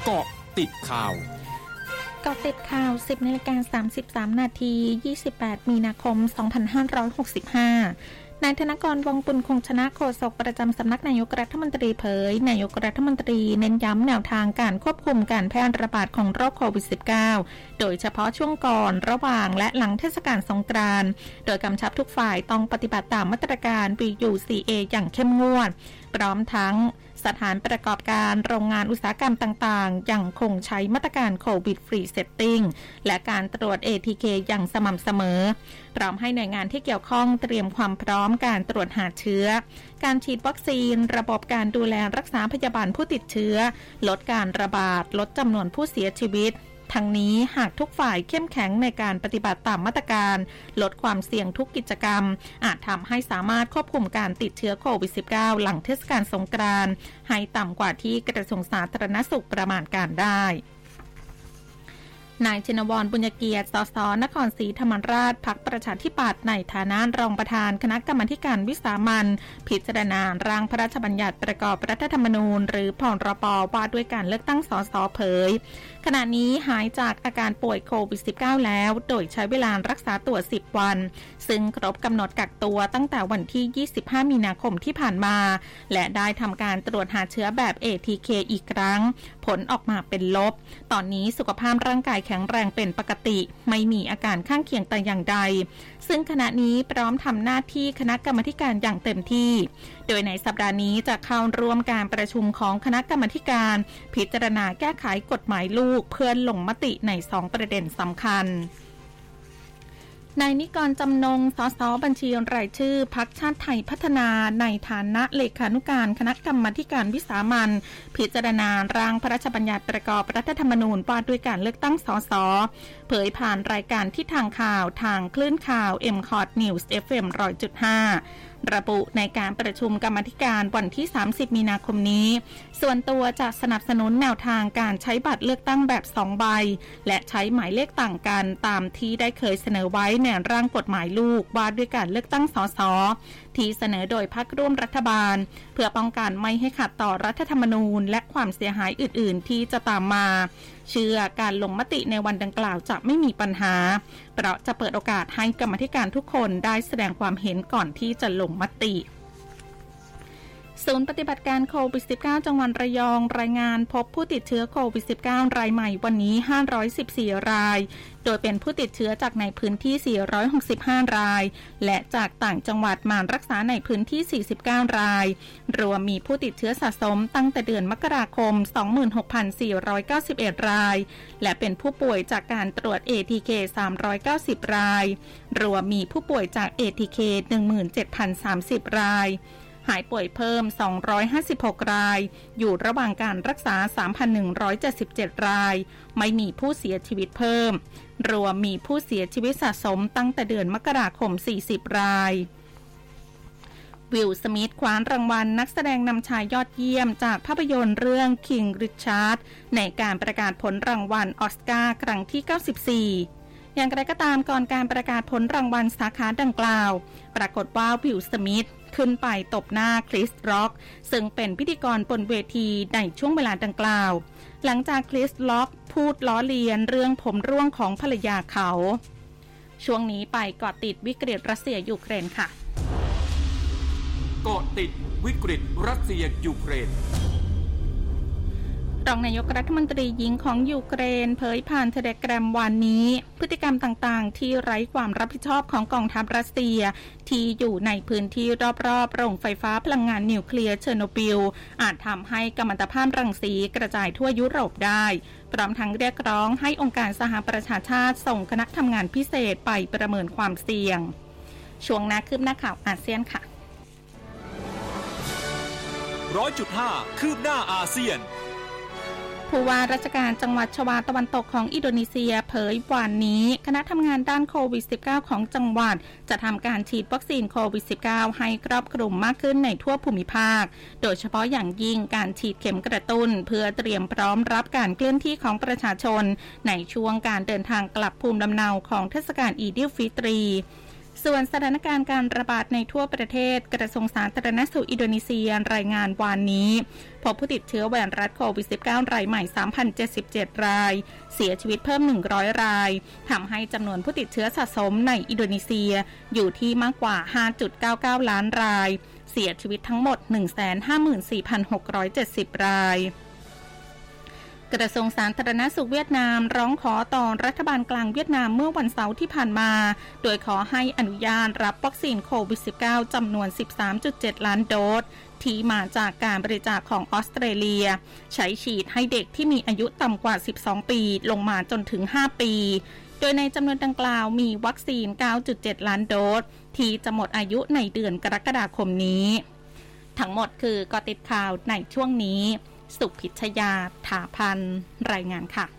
เกาะติดข่าวเกาะติดข่าว 10:33 นาที 28 มีนาคม 2565 นายธนกร วงศ์ปุณคงชนะโฆษกประจำสำนักนายกรัฐมนตรีเผยนายกรัฐมนตรีเน้นย้ำแนวทางการควบคุมการแพร่ระบาดของโรคโควิด -19 โดยเฉพาะช่วงก่อนระหว่างและหลังเทศกาลสงกรานต์โดยกำชับทุกฝ่ายต้องปฏิบัติตามมาตรการ VUCA อย่างเข้มงวดพร้อมทั้งสถานประกอบการโรงงานอุตสาหกรรมต่างๆยังคงใช้มาตรการโควิดฟรีเซตติ้งและการตรวจ ATK อย่างสม่ำเสมอพร้อมให้หน่วยงานที่เกี่ยวข้องเตรียมความพร้อมการตรวจหาเชื้อการฉีดวัคซีนระบบการดูแลรักษาพยาบาลผู้ติดเชื้อลดการระบาดลดจำนวนผู้เสียชีวิตทั้งนี้หากทุกฝ่ายเข้มแข็งในการปฏิบัติตามมาตรการลดความเสี่ยงทุกกิจกรรมอาจทำให้สามารถควบคุมการติดเชื้อโควิด -19 หลังเทศกาลสงกรานต์ให้ต่ำกว่าที่กระทรวงสาธารณสุขประมาณการได้นายชินวร บุญเกียรติ สส.นครศรีธรรมราชพรรคประชาธิปัตย์ในฐานะรองประธานคณะกรรมาธิการวิสามัญพิจารณาร่างพระราชบัญญัติประกอบรัฐธรรมนูญหรือพรบ.ว่าด้วยการเลือกตั้งสส.เผยขณะนี้หายจากอาการป่วยโควิด -19 แล้วโดยใช้เวลารักษาตัว10 วันซึ่งครบกำหนดกักตัวตั้งแต่วันที่25 มีนาคมที่ผ่านมาและได้ทำการตรวจหาเชื้อแบบ ATK อีกครั้งผลออกมาเป็นลบตอนนี้สุขภาพร่างกายแข็งแรงเป็นปกติไม่มีอาการข้างเคียงแต่อย่างใดซึ่งขณะนี้พร้อมทำหน้าที่คณะกรรมาธิการอย่างเต็มที่โดยในสัปดาห์นี้จะเข้าร่วมการประชุมของคณะกรรมาธิการพิจารณาแก้ไขกฎหมายลูกเพื่อลงมติใน2ประเด็นสำคัญนายนิกร จำนง สส.บัญชีรายชื่อพรรคชาติไทยพัฒนาในฐานะเลขานุการคณะกรรมาธิการวิสามัญพิจารณาร่างพระราชบัญญัติประกอบรัฐธรรมนูญว่าด้วยการเลือกตั้งสส.เผยผ่านรายการที่ทางข่าวทางคลื่นข่าว MCOT News FM 100.5 ระบุในการประชุมกรรมาธิการวันที่30 มีนาคมนี้ส่วนตัวจะสนับสนุนแนวทางการใช้บัตรเลือกตั้งแบบ2 ใบและใช้หมายเลขต่างกันตามที่ได้เคยเสนอไว้ในร่างกฎหมายลูกว่าด้วยการเลือกตั้งสส.ที่เสนอโดยพรรคร่วมรัฐบาลเพื่อป้องกันไม่ให้ขัดต่อรัฐธรรมนูญและความเสียหายอื่นๆที่จะตามมาเชื่อการลงมติในวันดังกล่าวจะไม่มีปัญหาเพราะจะเปิดโอกาสให้กรรมาธิการทุกคนได้แสดงความเห็นก่อนที่จะลงมติศูนย์ปฏิบัติการโควิด -19 จังหวัดระยองรายงานพบผู้ติดเชื้อโควิด -19 รายใหม่วันนี้514 รายโดยเป็นผู้ติดเชื้อจากในพื้นที่465 รายและจากต่างจังหวัดมารักษาในพื้นที่49 รายรวมมีผู้ติดเชื้อสะสมตั้งแต่เดือนมกราคม 26,491 รายและเป็นผู้ป่วยจากการตรวจ ATK 390 รายรวมมีผู้ป่วยจาก ATK 17,030 รายหายป่วยเพิ่ม256 รายอยู่ระหว่างการรักษา 3,177 รายไม่มีผู้เสียชีวิตเพิ่มรวมมีผู้เสียชีวิตสะสมตั้งแต่เดือนมกราคม40 รายวิล สมิธคว้ารางวัลนักแสดงนำชายยอดเยี่ยมจากภาพยนตร์เรื่อง King Richard ในการประกาศผลรางวัลออสการ์ครั้งที่ 94อย่างไรก็ตามก่อนการประกาศผลรางวัลสาขาดังกล่าวปรากฏว่าวิล สมิธขึ้นไปตบหน้าคริส ร็อกซึ่งเป็นพิธีกรบนเวทีในช่วงเวลาดังกล่าวหลังจากคริส ร็อกพูดล้อเลียนเรื่องผมร่วงของภรรยาเขาช่วงนี้ไปเกาะติดวิกฤตรัสเซียยูเครนค่ะเกาะติดวิกฤตรัสเซียยูเครนรองนายกรัฐมนตรีหญิงของยูเครนเผยผ่านเทเลแกรมวันนี้พฤติกรรมต่างๆที่ไร้ความรับผิดชอบของกองทัพรัสเซียที่อยู่ในพื้นที่รอบๆโรงไฟฟ้าพลังงานนิวเคลียร์เชอร์โนบิลอาจทำให้กัมมันตภาพรังสีกระจายทั่วยุโรปได้พร้อมทั้งเรียกร้องให้องค์การสหประชาชาติส่งคณะทำงานพิเศษไปประเมินความเสี่ยงช่วงนาคืบหน้าข่าวอาเซียนค่ะ 100.5 คืบหน้าอาเซียนผู้ว่าราชการจังหวัดชวาตะวันตกของอินโดนีเซียเผยวันนี้คณะทำงานด้านโควิด -19 ของจังหวัดจะทำการฉีดวัคซีนโควิด -19 ให้ครอบคลุมมากขึ้นในทั่วภูมิภาคโดยเฉพาะอย่างยิ่งการฉีดเข็มกระตุ้นเพื่อเตรียมพร้อมรับการเคลื่อนที่ของประชาชนในช่วงการเดินทางกลับภูมิลำเนาของเทศกาลอีดิลฟิตรีส่วนสถานการณ์การระบาดในทั่วประเทศกระทรวงสาธารณสุขอินโดนีเซียรายงานวานนี้พบผู้ติดเชื้อไวรัสโควิด -19 รายใหม่ 3,077 รายเสียชีวิตเพิ่ม100รายทำให้จำนวนผู้ติดเชื้อสะสมในอินโดนีเซียอยู่ที่มากกว่า 5.99 ล้านรายเสียชีวิตทั้งหมด 154,670 รายกระทรวงสาธารณสุขเวียดนามร้องขอต่อรัฐบาลกลางเวียดนามเมื่อวันเสาร์ที่ผ่านมาโดยขอให้อนุญาตรับวัคซีนโควิด -19 จำนวน 13.7 ล้านโดสที่มาจากการบริจาคของออสเตรเลียใช้ฉีดให้เด็กที่มีอายุต่ำกว่า 12 ปีลงมาจนถึง 5 ปีโดยในจำนวนดังกล่าวมีวัคซีน 9.7 ล้านโดสที่จะหมดอายุในเดือนกรกฎาคมนี้ทั้งหมดคือเกาะติดข่าวในช่วงนี้สุพิชยา ถาพันรายงานค่ะ